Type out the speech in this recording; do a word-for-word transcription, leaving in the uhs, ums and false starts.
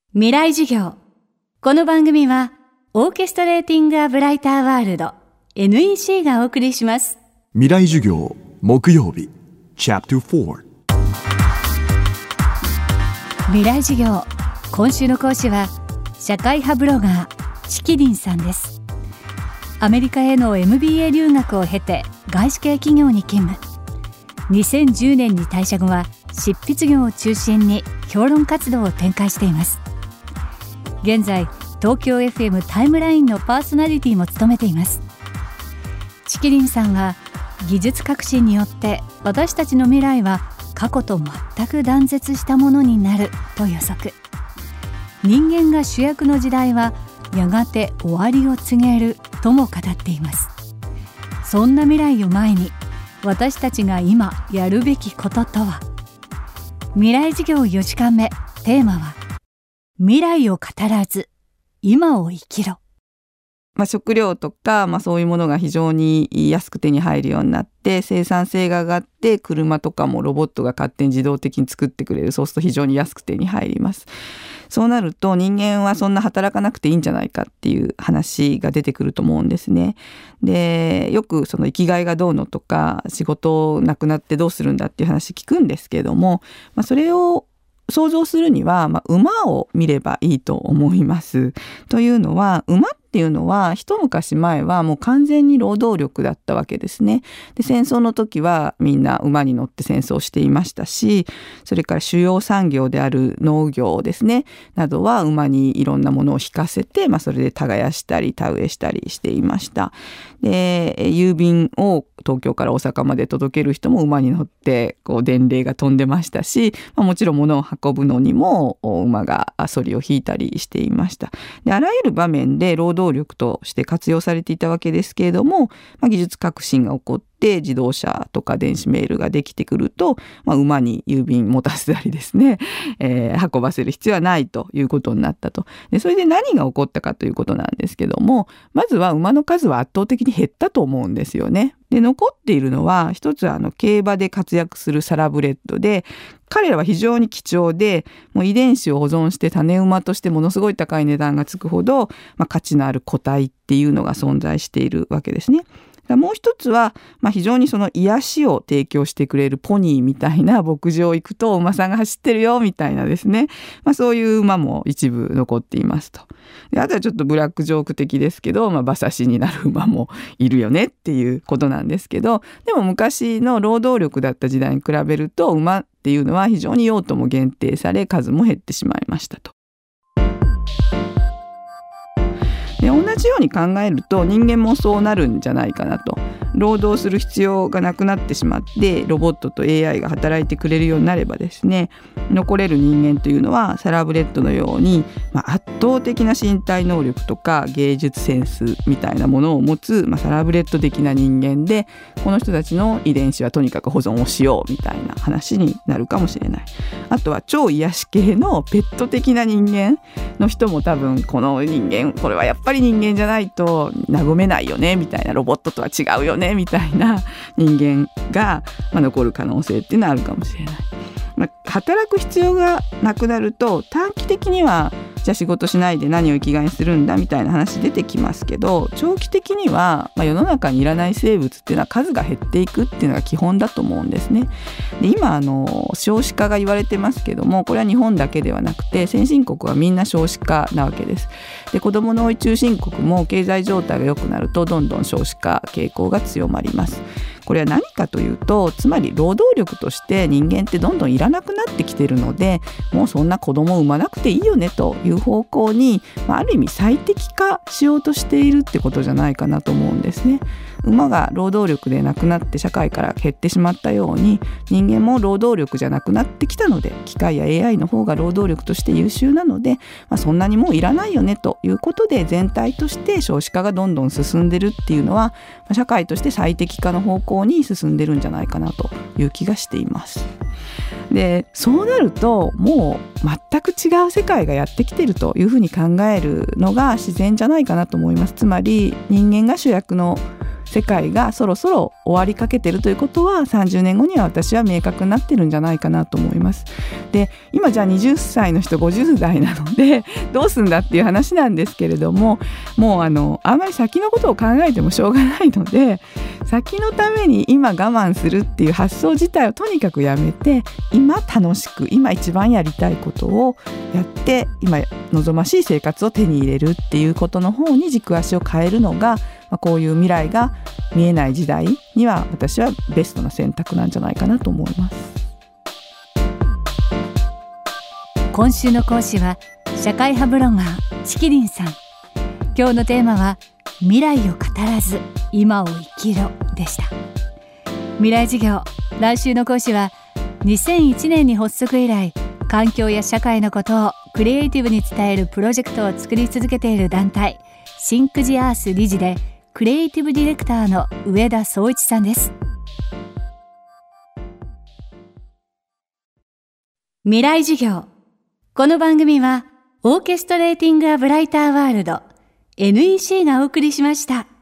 未来授業。この番組はオーケストレーティング・ア・ブライター・ワールド エヌイーシー がお送りします。 未来授業木曜日チャプターフォー。 未来授業、今週の講師は社会派ブロガーチキリンさんです。アメリカへの エムビーエー 留学を経て外資系企業に勤務。にせんじゅうねんに退社後は執筆業を中心に評論活動を展開しています。現在、東京 エフエム タイムラインのパーソナリティも務めています。チキリンさんは、技術革新によって私たちの未来は過去と全く断絶したものになると予測。人間が主役の時代はやがて終わりを告げるとも語っています。そんな未来を前に、私たちが今やるべきこととは。未来授業よじかんめ、テーマは未来を語らず今を生きろ。 まあ、食料とか、まあ、そういうものが非常に安く手に入るようになって生産性が上がって、車とかもロボットが勝手に自動的に作ってくれる。そうすると非常に安く手に入ります。そうなると人間はそんな働かなくていいんじゃないかっていう話が出てくると思うんですね。で、よくその生きがいがどうのとか仕事なくなってどうするんだっていう話聞くんですけども、まあ、それを想像するには、まあ、馬を見ればいいと思います。というのは、馬っていうのは一昔前はもう完全に労働力だったわけですね。で、戦争の時はみんな馬に乗って戦争していましたし、それから主要産業である農業ですねなどは馬にいろんなものを引かせて、まあ、それで耕したり田植えしたりしていました。で、郵便を東京から大阪まで届ける人も馬に乗ってこう伝令が飛んでましたし、まあ、もちろん物を運ぶのにも馬がそりを引いたりしていました。で、あらゆる場面で労働力として活用されていたわけですけれども、まあ、技術革新が起こって自動車とか電子メールができてくると、まあ、馬に郵便持たせたりですね、えー、運ばせる必要はないということになったと。で、それで何が起こったかということなんですけども、まずは馬の数は圧倒的に減ったと思うんですよね。で、残っているのは一つ、あの競馬で活躍するサラブレッドで、彼らは非常に貴重で、もう遺伝子を保存して種馬としてものすごい高い値段がつくほど、まあ、価値のある個体っていうのが存在しているわけですね。もう一つは、まあ、非常にその癒しを提供してくれるポニーみたいな牧場行くと馬さんが走ってるよみたいなですね、まあ、そういう馬も一部残っていますと。で、あとはちょっとブラックジョーク的ですけど、まあ、馬刺しになる馬もいるよねっていうことなんですけど、でも昔の労働力だった時代に比べると馬っていうのは非常に用途も限定され数も減ってしまいましたと。で、同じように考えると人間もそうなるんじゃないかなと。労働する必要がなくなってしまってロボットと エーアイ が働いてくれるようになればですね、残れる人間というのはサラブレッドのように、まあ、圧倒的な身体能力とか芸術センスみたいなものを持つ、まあ、サラブレッド的な人間で、この人たちの遺伝子はとにかく保存をしようみたいな話になるかもしれない。あとは超癒し系のペット的な人間の人も多分、この人間これはやっぱり人間じゃないと和めないよねみたいな、ロボットとは違うよねみたいな人間が、まあ、残る可能性っていうのはあるかもしれない。まあ、働く必要がなくなると短期的にはじゃあ仕事しないで何を生きがいにするんだみたいな話出てきますけど、長期的には、まあ、世の中にいらない生物っていうのは数が減っていくっていうのが基本だと思うんですね。で、今あの少子化が言われてますけども、これは日本だけではなくて先進国はみんな少子化なわけです。で、子どもの多い中心国も経済状態が良くなるとどんどん少子化傾向が強まります。これは何かというと、つまり労働力として人間ってどんどんいらなくなってきてるので、もうそんな子供を産まなくていいよねという方向に、まあ、ある意味最適化しようとしているってことじゃないかなと思うんですね。馬が労働力でなくなって社会から減ってしまったように、人間も労働力じゃなくなってきたので、機械や エーアイ の方が労働力として優秀なので、まあ、そんなにもういらないよねということで、全体として少子化がどんどん進んでるっていうのは、社会として最適化の方向に進んでるんじゃないかなという気がしています。で、そうなるともう全く違う世界がやってきてるというふうに考えるのが自然じゃないかなと思います。つまり人間が主役の世界がそろそろ終わりかけてるということはさんじゅうねんごには私は明確になってるんじゃないかなと思います。で、今じゃあはたちの人ごじゅう代なのでどうすんだっていう話なんですけれども、もうあのあんまり先のことを考えてもしょうがないので、先のために今我慢するっていう発想自体をとにかくやめて、今楽しく今一番やりたいことをやって今望ましい生活を手に入れるっていうことの方に軸足を変えるのが、まあ、こういう未来が見えない時代には私はベストな選択なんじゃないかなと思います。 今週の講師は社会派ブロガーチキリンさん。今日のテーマは未来を語らず今を生きろでした。未来授業、来週の講師はにせんいちねんに発足以来、環境や社会のことをクリエイティブに伝えるプロジェクトを作り続けている団体シンクジアース理事でクリエイティブディレクターの上田壮一さんです。未来授業、この番組はオーケストレーティング・ア・ブライター・ワールド エヌイーシー がお送りしました。